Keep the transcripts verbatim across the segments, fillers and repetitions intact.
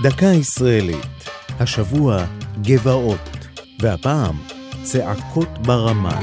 דקה ישראלית, השבוע גבעות, והפעם צעקות ברמה.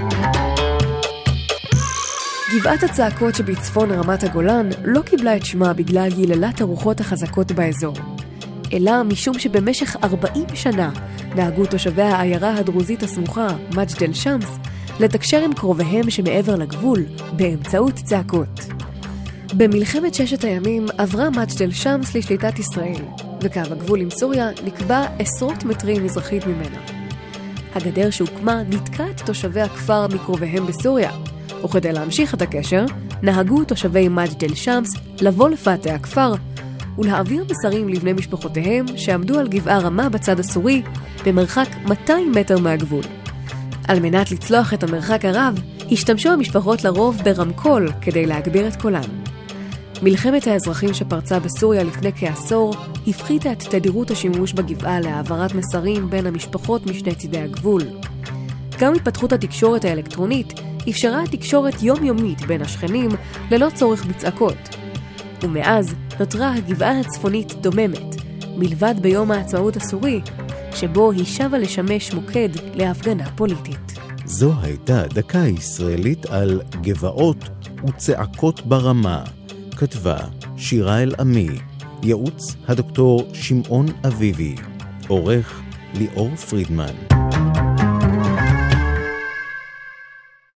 גבעת הצעקות שבצפון רמת הגולן לא קיבלה את שמה בגלל יללת הרוחות החזקות באזור, אלא משום שבמשך ארבעים שנה נהגו תושבי העיירה הדרוזית הסמוכה, מג'ד אל שמס, לתקשר עם קרוביהם שמעבר לגבול באמצעות צעקות. במלחמת ששת הימים עברה מג'ד אל שמס לשליטת ישראל, וקו הגבול עם סוריה נקבע עשרות מטרים מזרחית ממנה. הגדר שהוקמה נתקעה את תושבי הכפר מקרוביהם בסוריה, וכדי להמשיך את הקשר, נהגו תושבי מג'ד אל שמס לבוא לפאתי הכפר ולהעביר מסרים לבני משפחותיהם שעמדו על גבעה רמה בצד הסורי במרחק מאתיים מטר מהגבול. על מנת לצלוח את המרחק הרב, השתמשו המשפחות לרוב ברמקול כדי להגביר את קולן. מלחמת האזרחים שפרצה בסוריה לפני כעשור הפחיתה את תדירות השימוש בגבעה להעברת מסרים בין המשפחות משני צידי הגבול. גם התפתחות התקשורת האלקטרונית אפשרה התקשורת יומיומית בין השכנים ללא צורך בצעקות. ומאז נותרה הגבעה הצפונית דוממת, מלבד ביום העצמאות הסורי, שבו היא שבה לשמש מוקד להפגנה פוליטית. זו הייתה דקה ישראלית על גבעות וצעקות ברמה. כתבה שירה אל עמי, ייעוץ הדוקטור שמעון אביבי, עורך ליאור פרידמן.